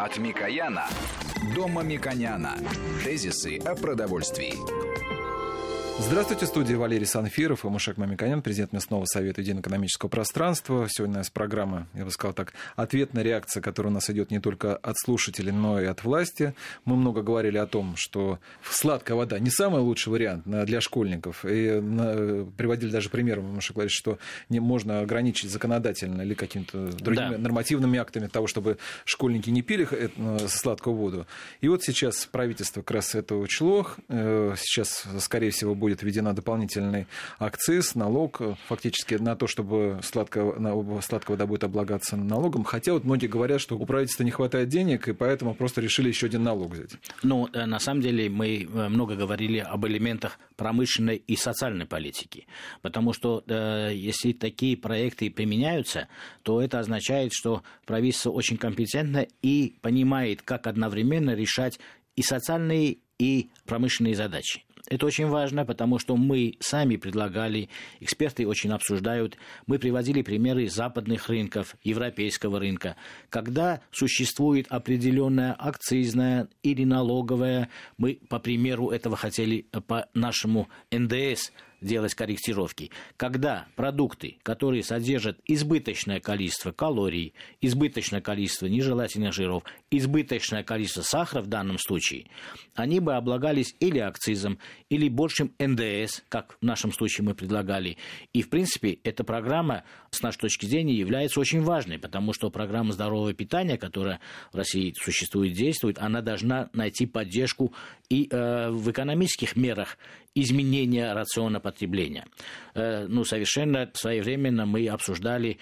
От Микояна до Мамиконяна. Тезисы о продовольствии. Здравствуйте, в студии Валерий Санфиров и Мушек Мамиконян, президент Местного совета Единого экономического пространства. Сегодня у нас программа, я бы сказал так, ответная реакция, которая у нас идет не только от слушателей, но и от власти. Мы много говорили о том, что сладкая вода не самый лучший вариант для школьников. И приводили даже пример, Мушек говорит, что не можно ограничить законодательно или какими-то другими нормативными актами того, чтобы школьники не пили сладкую воду. И вот сейчас правительство как раз это учло. Сейчас, скорее всего, будет введена дополнительный акциз, налог фактически на то, чтобы сладкая вода будет облагаться налогом. Хотя вот многие говорят, что у правительства не хватает денег, и поэтому просто решили еще один налог взять. Ну, на самом деле мы много говорили об элементах промышленной и социальной политики. Потому что если такие проекты применяются, то это означает, что правительство очень компетентно и понимает, как одновременно решать и социальные, и промышленные задачи. Это очень важно, потому что мы сами предлагали, эксперты очень обсуждают, мы приводили примеры западных рынков, европейского рынка, когда существует определенная акцизная или налоговая, мы по примеру этого хотели по нашему НДС делать корректировки. Когда продукты, которые содержат избыточное количество калорий, избыточное количество нежелательных жиров, избыточное количество сахара в данном случае, они бы облагались или акцизом, или большим НДС, как в нашем случае мы предлагали. И, в принципе, эта программа, с нашей точки зрения, является очень важной, потому что программа здорового питания, которая в России существует, действует, она должна найти поддержку и в экономических мерах изменения рациона потребления. Совершенно своевременно мы обсуждали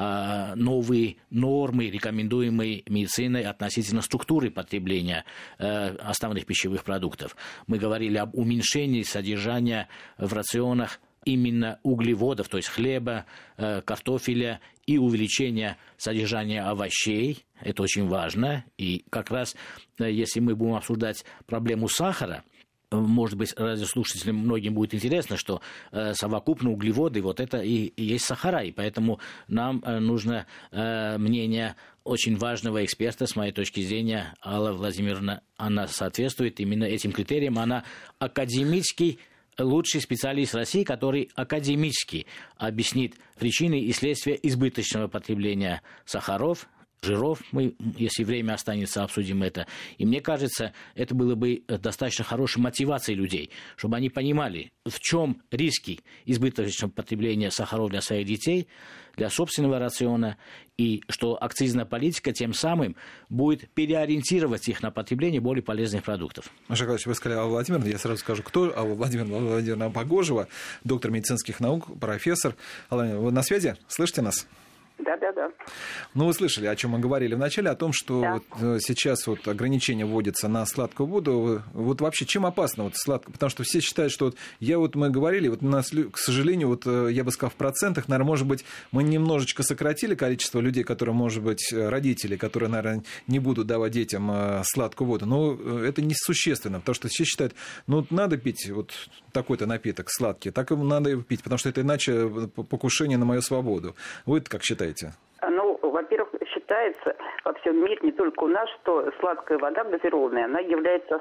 новые нормы, рекомендуемые медициной относительно структуры потребления основных пищевых продуктов. Мы говорили об уменьшении содержания в рационах именно углеводов, то есть хлеба, картофеля, и увеличение содержания овощей. Это очень важно. И как раз, если мы будем обсуждать проблему сахара, может быть, радиослушателям многим будет интересно, что совокупно углеводы, вот это и есть сахара. И поэтому нам нужно мнение очень важного эксперта, с моей точки зрения, Алла Владимировна, она соответствует именно этим критериям. Она академический лучший специалист России, который академически объяснит причины и следствия избыточного потребления сахаров, жиров. Мы, если время останется, обсудим это. И мне кажется, это было бы достаточно хорошей мотивацией людей, чтобы они понимали, в чем риски избыточного потребления сахаров для своих детей, для собственного рациона, и что акцизная политика тем самым будет переориентировать их на потребление более полезных продуктов. Маша Николаевич, вы сказали Алла Владимировна, я сразу скажу, кто Алла Владимировна Погожева, доктор медицинских наук, профессор. Алла Владимировна, вы на связи? Слышите нас? Да. Ну, вы слышали, о чем мы говорили вначале, о том, что вот сейчас вот ограничения вводятся на сладкую воду. Вот вообще, чем опасно вот сладкое? Потому что все считают, что мы говорили, вот у нас, к сожалению, вот я бы сказал, в процентах, наверное, может быть, мы немножечко сократили количество людей, которые, может быть, родители, которые, наверное, не будут давать детям сладкую воду. Но это несущественно, потому что все считают, надо пить вот такой-то напиток сладкий, так и надо его пить, потому что это иначе покушение на мою свободу. Вы-то как считаете? Во-первых, считается во всем мире, не только у нас, что сладкая вода газированная, она является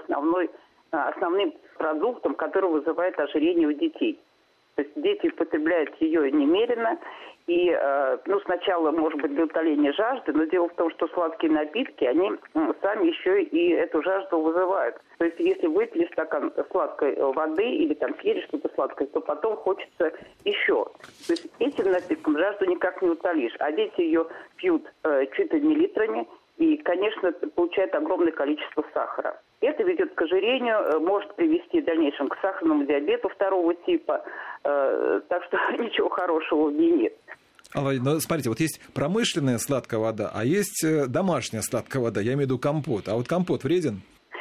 основным продуктом, который вызывает ожирение у детей. То есть дети употребляют ее немерено, и сначала, может быть, для утоления жажды, но дело в том, что сладкие напитки, они сами еще и эту жажду вызывают. То есть если выпили стакан сладкой воды или там съели что-то сладкое, то потом хочется еще. То есть этим напитком жажду никак не утолишь. А дети ее пьют чуть ли не литрами и, конечно, получают огромное количество сахара. Это ведет к ожирению, может привести в дальнейшем к сахарному диабету второго типа. Так что ничего хорошего в ней нет. Алла, смотрите, вот есть промышленная сладкая вода, а есть домашняя сладкая вода, я имею в виду компот. А вот компот вреден?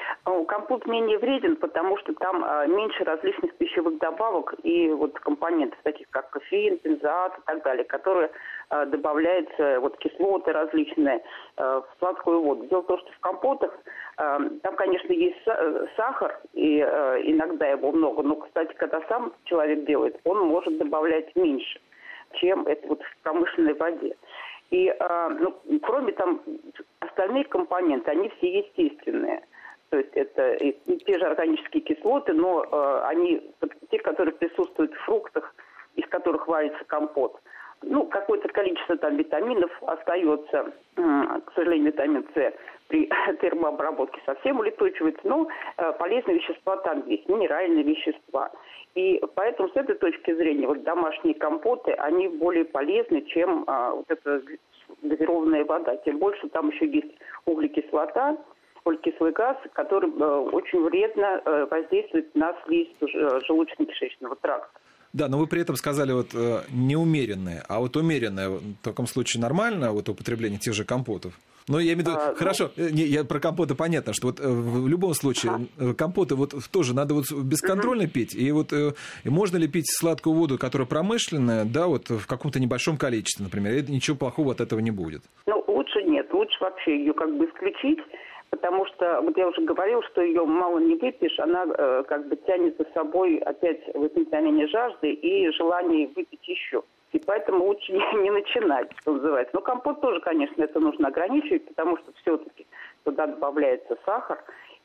Компот менее вреден, потому что там меньше различных пищевых добавок и вот компонентов, таких как кофеин, бензоат и так далее, которые добавляются, кислоты различные в сладкую воду. Дело в том, что в компотах там, конечно, есть сахар, и иногда его много, но, кстати, когда сам человек делает, он может добавлять меньше, чем это в промышленной воде. И, кроме там остальные компоненты, они все естественные. То есть это и те же органические кислоты, но они те, которые присутствуют в фруктах, из которых варится компот. Ну, какое-то количество там витаминов остается, к сожалению, витамин С при термообработке совсем улетучивается, но полезные вещества там есть, минеральные вещества. И поэтому с этой точки зрения вот домашние компоты, они более полезны, чем вот эта газированная вода. Тем больше там еще есть углекислота, углекислый газ, который очень вредно воздействует на слизь желудочно-кишечного тракта. Да, но вы при этом сказали вот неумеренное, а вот умеренное в таком случае нормально, вот употребление тех же компотов? Но я имею в виду, хорошо, я про компоты понятно, что вот в любом случае компоты вот тоже надо вот бесконтрольно пить, и вот и можно ли пить сладкую воду, которая промышленная, да, вот в каком-то небольшом количестве, например, и ничего плохого от этого не будет? Ну, лучше нет, лучше вообще ее как бы исключить. Потому что, вот я уже говорил, что ее мало не выпьешь, она как бы тянет за собой опять возникновение жажды и желание выпить еще. И поэтому лучше не начинать, что называется. Но компот тоже, конечно, это нужно ограничивать, потому что все-таки туда добавляется сахар.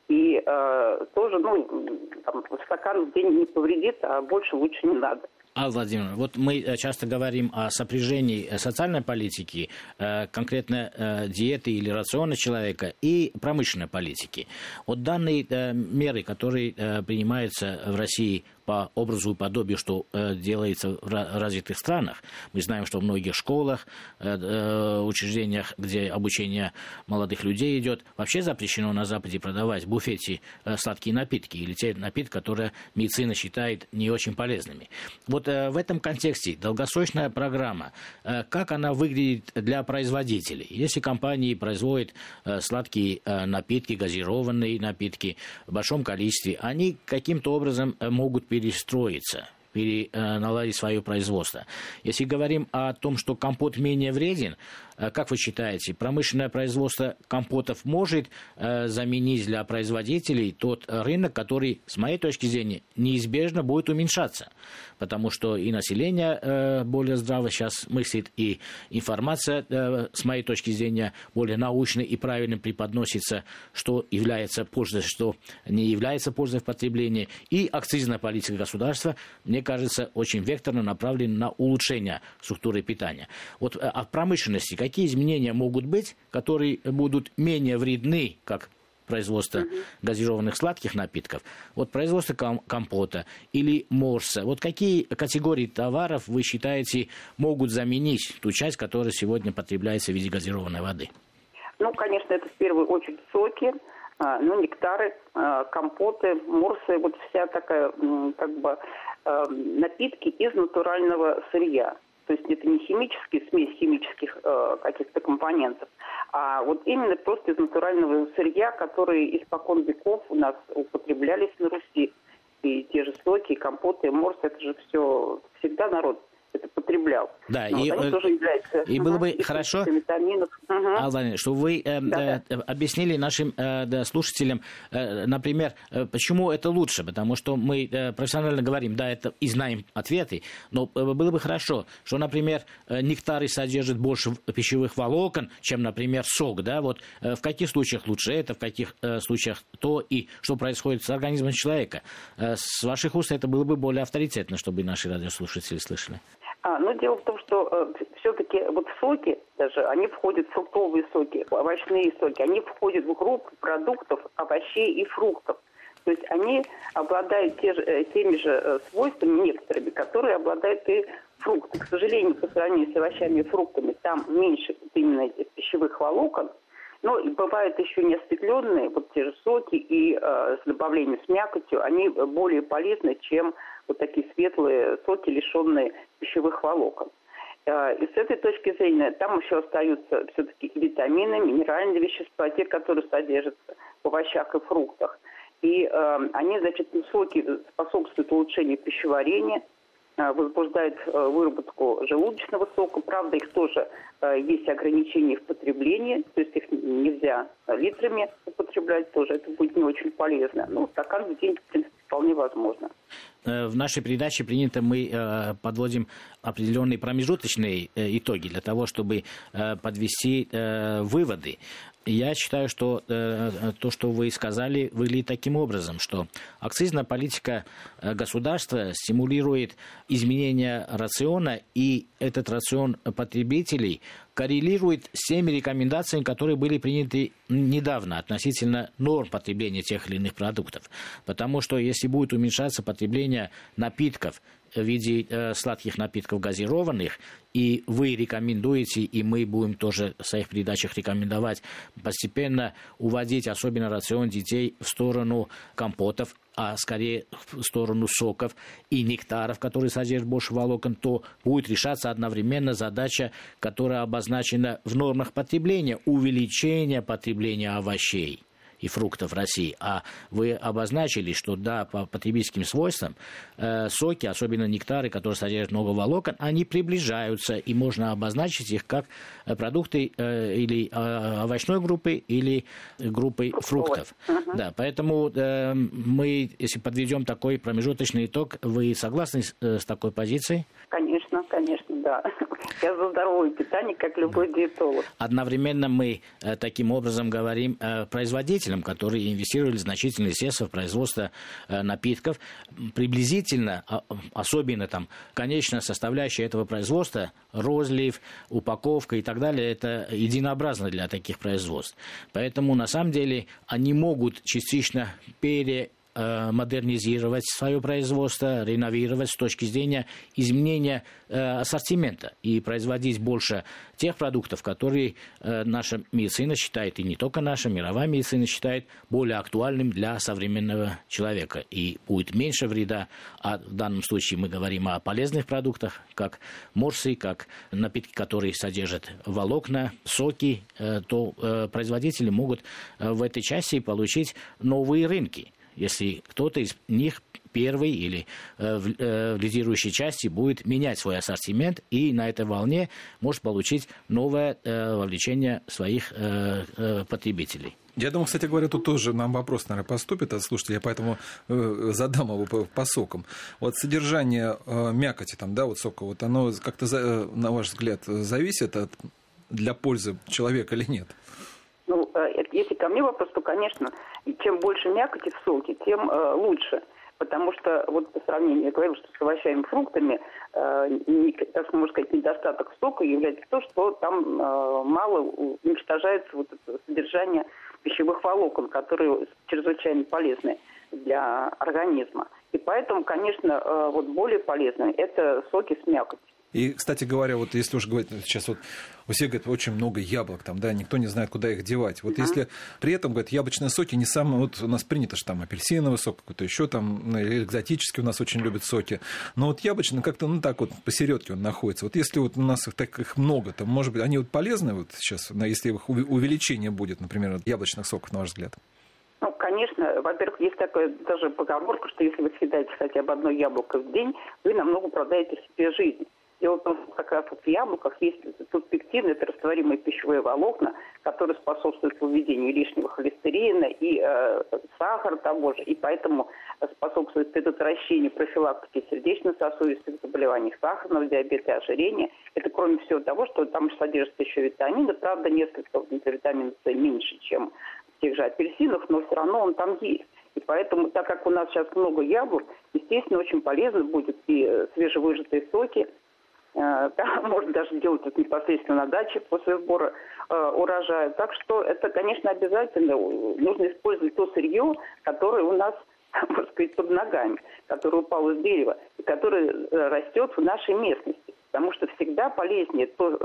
И тоже, там, стакан в день не повредит, а больше лучше не надо. Алла Владимировна, вот мы часто говорим о сопряжении социальной политики, конкретно диеты или рациона человека, и промышленной политики. Вот данные меры, которые принимаются в России по образу и подобию, что делается в развитых странах. Мы знаем, что в многих школах, учреждениях, где обучение молодых людей идет, вообще запрещено на Западе продавать в буфете сладкие напитки или те напитки, которые медицина считает не очень полезными. Вот в этом контексте долгосрочная программа, как она выглядит для производителей? Если компании производят сладкие напитки, газированные напитки в большом количестве, они каким-то образом могут перестроиться, наладить свое производство. Если говорим о том, что компот менее вреден, как вы считаете, промышленное производство компотов может заменить для производителей тот рынок, который, с моей точки зрения, неизбежно будет уменьшаться? Потому что и население более здраво сейчас мыслит, и информация, с моей точки зрения, более научной и правильно преподносится, что является пользой, что не является пользой в потреблении. И акцизная политика государства, мне кажется, очень векторно направлена на улучшение структуры питания. Вот о промышленности какие изменения могут быть, которые будут менее вредны, как производство газированных сладких напитков, вот производство компота или морса. Вот какие категории товаров вы считаете могут заменить ту часть, которая сегодня потребляется в виде газированной воды? Ну, конечно, это в первую очередь соки, нектары, компоты, морсы, вот вся такая напитки из натурального сырья. То есть это не химические, смесь химических каких-то компонентов, а вот именно просто из натурального сырья, которые испокон веков у нас употреблялись на Руси. И те же соки, и компоты, и морс, это же все всегда народ это потреблял. Да, и было бы хорошо, Алла, что вы объяснили нашим слушателям, например, почему это лучше, потому что мы профессионально говорим, да, это и знаем ответы, но было бы хорошо, что, например, нектары содержат больше пищевых волокон, чем, например, сок, да, вот в каких случаях лучше это, в каких случаях то, и что происходит с организмом человека. С ваших уст это было бы более авторитетно, чтобы наши радиослушатели слышали. Дело в том, что все-таки вот соки, даже они входят, фруктовые соки, овощные соки, они входят в группу продуктов, овощей и фруктов. То есть они обладают теми же свойствами некоторыми, которые обладают и фрукты. К сожалению, по сравнению с овощами и фруктами, там меньше именно этих пищевых волокон. Но бывают еще неосветленные, вот те же соки, и с добавлением с мякотью, они более полезны, чем вот такие светлые соки, лишенные пищевых волокон. И с этой точки зрения там еще остаются все-таки и витамины, минеральные вещества, те, которые содержатся в овощах и фруктах. И они, соки способствуют улучшению пищеварения, возбуждают выработку желудочного сока. Правда, их тоже есть ограничения в потреблении, то есть их нельзя литрами употреблять тоже, это будет не очень полезно. Стакан в день, в принципе, вполне возможно. В нашей передаче принято, мы подводим определенные промежуточные итоги для того, чтобы подвести выводы. Я считаю, что то, что вы сказали, выглядит таким образом, что акцизная политика государства стимулирует изменение рациона, и этот рацион потребителей коррелирует с теми рекомендациями, которые были приняты недавно относительно норм потребления тех или иных продуктов. Потому что если будет уменьшаться потребление напитков в виде сладких напитков газированных, и вы рекомендуете, и мы будем тоже в своих передачах рекомендовать постепенно уводить, особенно рацион детей, в сторону компотов, а скорее в сторону соков и нектаров, которые содержат больше волокон, то будет решаться одновременно задача, которая обозначена в нормах потребления, увеличение потребления овощей и фруктов в России. А вы обозначили, что да, по потребительским свойствам соки, особенно нектары, которые содержат много волокон, они приближаются, и можно обозначить их как продукты или овощной группы, или группы фруктов. Да, поэтому мы, если подведем такой промежуточный итог, вы согласны с такой позицией? Конечно, да. Я за здоровое питание, как любой диетолог. Одновременно мы таким образом говорим производителям, которые инвестировали значительные средства в производство напитков. Приблизительно, особенно там конечная составляющая этого производства, розлив, упаковка и так далее, это единообразно для таких производств. Поэтому на самом деле они могут частично модернизировать свое производство, реновировать с точки зрения изменения ассортимента и производить больше тех продуктов, которые наша медицина считает, и не только наша, мировая медицина считает более актуальным для современного человека. И будет меньше вреда, а в данном случае мы говорим о полезных продуктах, как морсы, как напитки, которые содержат волокна, соки, то производители могут в этой части получить новые рынки, если кто-то из них первый или в лидирующей части будет менять свой ассортимент и на этой волне может получить новое вовлечение своих потребителей. Я думаю, кстати говоря, тут тоже нам вопрос, наверное, поступит от слушателей, я поэтому задам его по сокам. Вот содержание мякоти, там, да, вот сока, вот оно как-то, на ваш взгляд, зависит для пользы человека или нет? Ну, если ко мне вопрос, то, конечно, чем больше мякоти в соке, тем лучше. Потому что, вот по сравнению, я говорю, что с овощами и фруктами, так можно сказать, недостаток сока является то, что там мало уничтожается вот это содержание пищевых волокон, которые чрезвычайно полезны для организма. И поэтому, конечно, вот более полезны это соки с мякотью. И, кстати говоря, вот если уж говорить, сейчас вот у всех, говорят, очень много яблок, там, да, никто не знает, куда их девать. Вот если при этом, говорят, яблочные соки не самые, вот у нас принято, что там апельсиновый сок какой-то еще там, экзотический у нас очень любят соки, но вот яблочный как-то, ну, так вот посередке он находится. Вот если вот у нас их много, то, может быть, они вот полезны вот сейчас, если их увеличение будет, например, яблочных соков, на ваш взгляд? Ну, конечно, во-первых, есть такая даже поговорка, что если вы съедаете хотя бы одно яблоко в день, вы намного продаете себе жизнь. Дело в том, что как раз вот в яблоках есть тут пектины, это растворимые пищевые волокна, которые способствуют выведению лишнего холестерина и сахара того же, и поэтому способствует предотвращению профилактики сердечно-сосудистых заболеваний, сахарного диабета и ожирения. Это кроме всего того, что там содержатся еще витамины, правда, несколько витамина С меньше, чем в тех же апельсинах, но все равно он там есть. И поэтому, так как у нас сейчас много яблок, естественно, очень полезно будет и свежевыжатые соки. Да, можно даже делать это непосредственно на даче после сбора урожая. Так что это, конечно, обязательно. Нужно использовать то сырье, которое у нас, можно сказать, под ногами, которое упало с дерева, и которое растет в нашей местности. Потому что всегда полезнее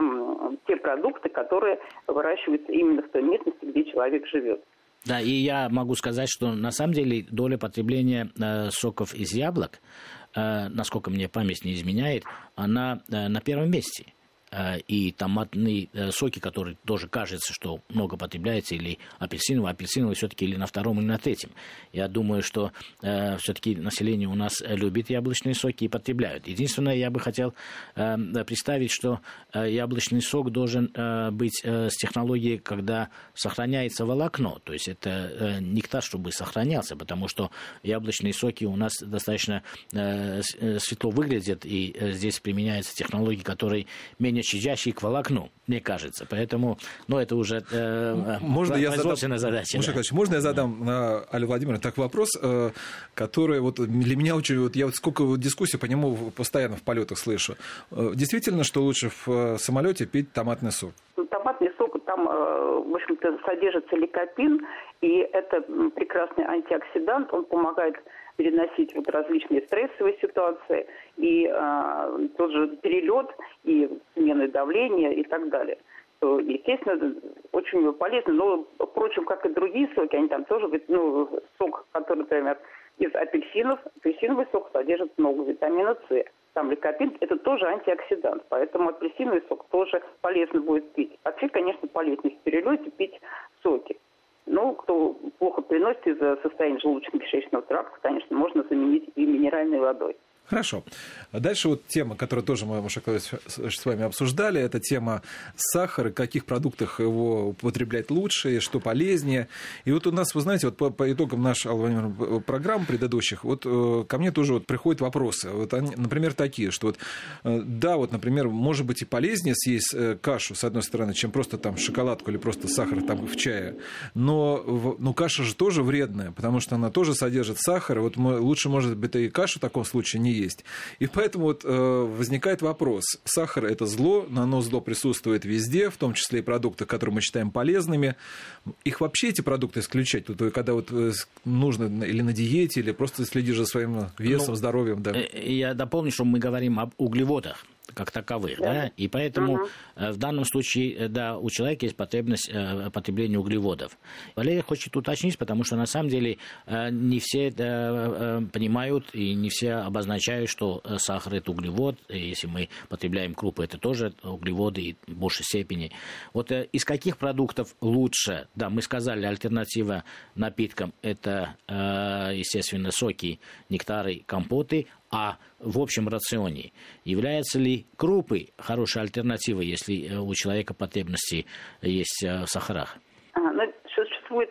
те продукты, которые выращиваются именно в той местности, где человек живет. Да, и я могу сказать, что на самом деле доля потребления соков из яблок, насколько мне память не изменяет, она на первом месте. и томатные соки, которые тоже кажется, что много потребляется, или апельсиновый все-таки или на втором, или на третьем. Я думаю, что все-таки население у нас любит яблочные соки и потребляют. Единственное, я бы хотел представить, что яблочный сок должен быть с технологией, когда сохраняется волокно, то есть это нектар, чтобы сохранялся, потому что яблочные соки у нас достаточно светло выглядят, и здесь применяются технологии, которые менее щадящие к волокну, мне кажется. Поэтому, это уже производственная задача. Можно я задам Алле Владимировне так вопрос, который для меня очень... Я сколько дискуссий по нему постоянно в полетах слышу. Действительно, что лучше в самолете пить томатный сок? Томатный сок, там, в общем-то, содержится ликопин, и это прекрасный антиоксидант, он помогает переносить различные стрессовые ситуации, и тот же перелет, и смену давления, и так далее. То, естественно, очень полезно, но, впрочем, как и другие соки, они там тоже, сок, который, например, из апельсинов, апельсиновый сок содержит много витамина С. Там ликопин – это тоже антиоксидант, поэтому апельсиновый сок тоже полезно будет пить. Вообще, конечно, полезно в перелете пить соки. Кто плохо переносит из-за состояния желудочно-кишечного тракта, конечно, можно заменить и минеральной водой. Хорошо. Дальше тема, которую тоже мы, Мушек с вами обсуждали, это тема сахара, в каких продуктах его употреблять лучше, и что полезнее. И у нас, вы знаете, по итогам наших программ предыдущих, ко мне тоже приходят вопросы. Они, например, такие, что например, может быть и полезнее съесть кашу, с одной стороны, чем просто там шоколадку или просто сахар там в чае. Но каша же тоже вредная, потому что она тоже содержит сахар. Лучше, может быть, и кашу в таком случае не есть. И поэтому возникает вопрос. Сахар – это зло, но оно зло присутствует везде, в том числе и продукты, которые мы считаем полезными. Их вообще эти продукты исключать, когда нужно или на диете, или просто следишь за своим весом, здоровьем. Да. Я дополню, что мы говорим об углеводах как таковых, да, и поэтому в данном случае, у человека есть потребность потребления углеводов. Валерий хочет уточнить, потому что на самом деле не все понимают и не все обозначают, что сахар – это углевод, и если мы потребляем крупы, это тоже углеводы и в большей степени. Из каких продуктов лучше? Да, мы сказали, альтернатива напиткам – это, естественно, соки, нектары, компоты, а в общем рационе являются ли крупы хорошей альтернативой, если у человека потребности есть в сахарах? Существует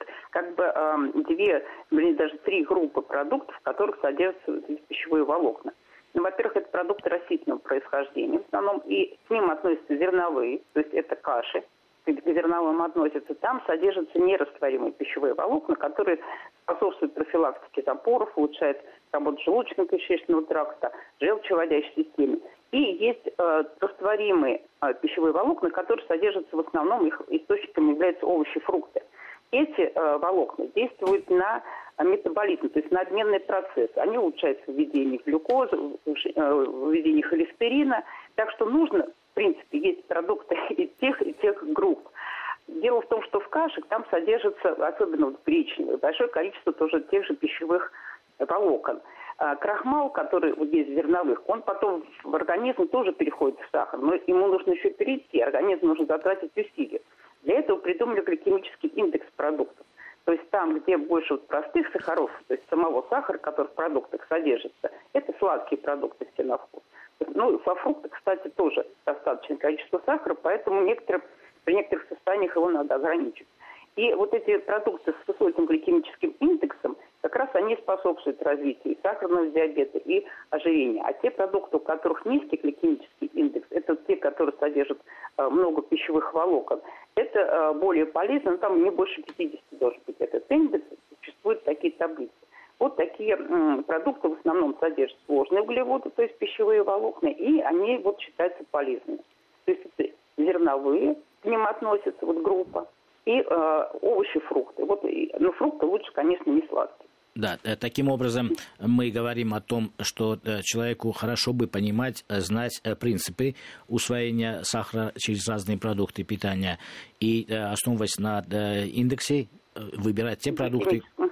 даже 3 группы продуктов, в которых содержатся пищевые волокна. Во-первых, это продукты растительного происхождения в основном, и к ним относятся зерновые, то есть это каши, к зерновым относятся, там содержатся нерастворимые пищевые волокна, которые способствуют профилактике запоров, улучшают работу желудочно-кишечного тракта, желчевыводящей системы. И есть растворимые пищевые волокна, которые содержатся в основном, их источником являются овощи, фрукты. Эти волокна действуют на метаболизм, то есть на обменный процесс. Они улучшают выведение глюкозы, выведение холестерина. Так что нужно, в принципе, есть продукты и тех групп. Дело в том, что в кашах там содержится, особенно в гречневых, большое количество тоже тех же пищевых волокон. Крахмал, который есть в зерновых, он потом в организм тоже переходит в сахар, но ему нужно еще перейти, организм нужно затратить усилия. Для этого придумали гликемический индекс продуктов. То есть там, где больше простых сахаров, то есть самого сахара, который в продуктах содержится, это сладкие продукты все на вкус. Во фруктах, кстати, тоже достаточное количество сахара, поэтому при некоторых состояниях его надо ограничить. И эти продукты с высоким гликемическим индексом, как раз они способствуют развитию и сахарного диабета, и ожирения. А те продукты, у которых низкий гликемический индекс, это те, которые содержат много пищевых волокон, это более полезно, но там не больше 50 должен быть этот индекс, существуют такие таблицы. Такие продукты в основном содержат сложные углеводы, то есть пищевые волокна, и они считаются полезными. То есть это зерновые, к ним относится группа, и овощи, фрукты. Но фрукты лучше, конечно, не сладкие. Да, таким образом мы говорим о том, что человеку хорошо бы понимать, знать принципы усвоения сахара через разные продукты питания и, основываясь на индексе, выбирать те продукты,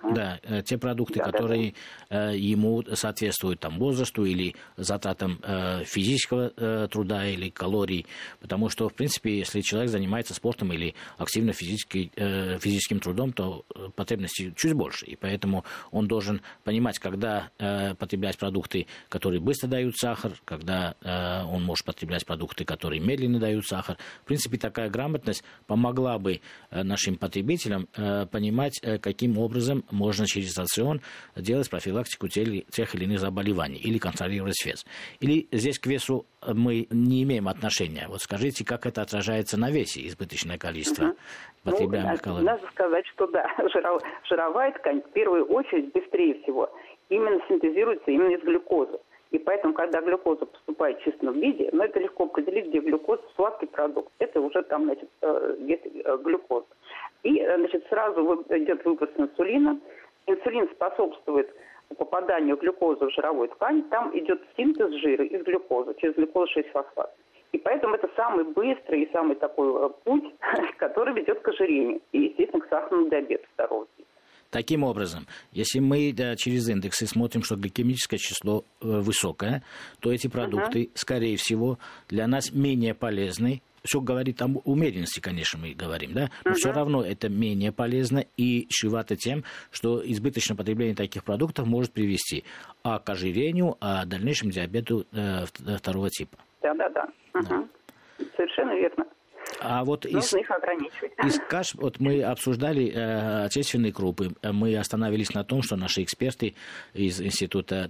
Да, те продукты, которые ему соответствуют там, возрасту или затратам физического труда или калорий. Потому что, в принципе, если человек занимается спортом или активно физическим трудом, то потребностей чуть больше. И поэтому он должен понимать, когда потреблять продукты, которые быстро дают сахар, когда он может потреблять продукты, которые медленно дают сахар. В принципе, такая грамотность помогла бы нашим потребителям понимать, каким образом можно через рацион делать профилактику тех или иных заболеваний или контролировать вес. Или здесь к весу мы не имеем отношения. Вот скажите, как это отражается на весе, избыточное количество потребляемых калорий? Надо сказать, что да, жировая ткань в первую очередь быстрее всего именно синтезируется именно из глюкозы. И поэтому, когда глюкоза поступает в чистом виде, это легко определить, где глюкоза, сладкий продукт. Это уже там, есть глюкоза. И, сразу идет выброс инсулина. Инсулин способствует попаданию глюкозы в жировую ткань. Там идет синтез жира из глюкозы, через глюкозу-6-фосфат. И поэтому это самый быстрый и самый такой путь, который ведет к ожирению. И, естественно, к сахарному диабету второго типа. Таким образом, если мы через индексы смотрим, что гликемическое число высокое, то эти продукты, скорее всего, для нас менее полезны. Все говорит о умеренности, конечно, мы говорим, да, но все равно это менее полезно и чревато тем, что избыточное потребление таких продуктов может привести к ожирению, а дальнейшему диабету второго типа. Да. Совершенно верно. А вот нужно их ограничивать. Из каш, вот мы обсуждали отечественные крупы. Мы остановились на том, что наши эксперты из Института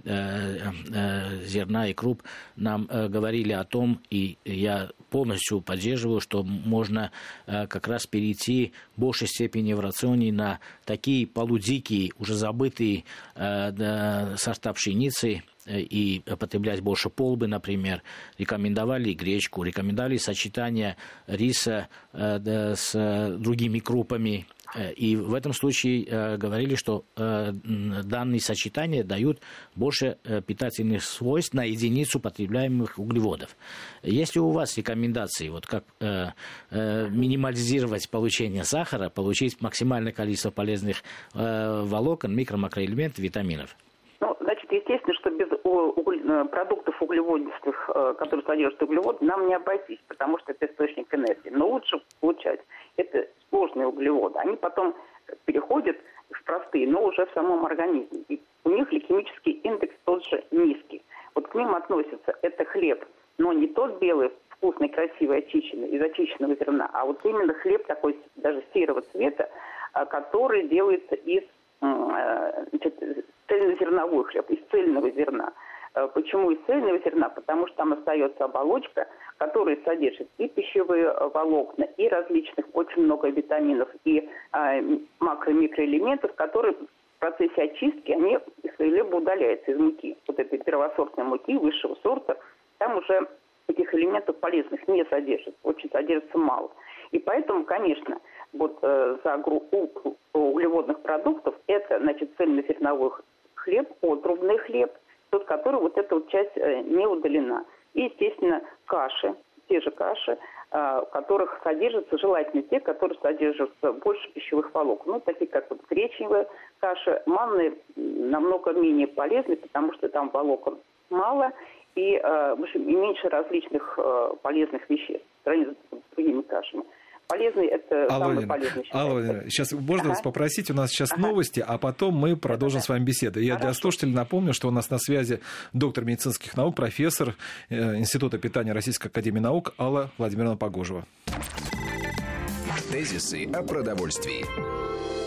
зерна и круп нам говорили о том, и я полностью поддерживаю, что можно как раз перейти в большей степени в рационе на такие полудикие, уже забытые сорта пшеницы, и потреблять больше полбы, например. Рекомендовали гречку, рекомендовали сочетание риса с другими крупами. И в этом случае говорили, что данные сочетания дают больше питательных свойств на единицу потребляемых углеводов. Есть ли у вас рекомендации, вот как минимализировать получение сахара, получить максимальное количество полезных волокон, макроэлементов, витаминов? Естественно, что без продуктов углеводистых, которые содержат углеводы, нам не обойтись, потому что это источник энергии. Но лучше получать это сложные углеводы. Они потом переходят в простые, но уже в самом организме. И у них гликемический индекс тоже низкий. Вот к ним относится это хлеб, но не тот белый, вкусный, красивый, очищенный, из очищенного зерна, а вот именно хлеб такой даже серого цвета, который делается из цельнозерновой хлеб, из цельного зерна. Почему из цельного зерна? Потому что там остается оболочка, которая содержит и пищевые волокна, и различных, очень много витаминов, и макро- и микроэлементов, которые в процессе очистки, они из хлеба удаляются из муки. Вот этой первосортной муки, высшего сорта, там уже этих элементов полезных не содержится, очень содержится мало. И поэтому, конечно, вот за группу углеводных продуктов это, цельнозерновой хлеб, отрубный хлеб, тот, который вот эта вот часть не удалена. И, естественно, каши, те же каши, в которых содержатся, желательно те, которые содержатся больше пищевых волокон. Такие как вот гречневая каша, манные намного менее полезны, потому что там волокон мало и меньше различных полезных веществ в сравнении с другими кашами. Полезный – это самый полезный. Алла Владимировна, сейчас можно вас попросить, у нас сейчас новости, а потом мы продолжим с вами беседу. Я для слушателей напомню, что у нас на связи доктор медицинских наук, профессор Института питания Российской академии наук Алла Владимировна Погожева. Тезисы о продовольствии.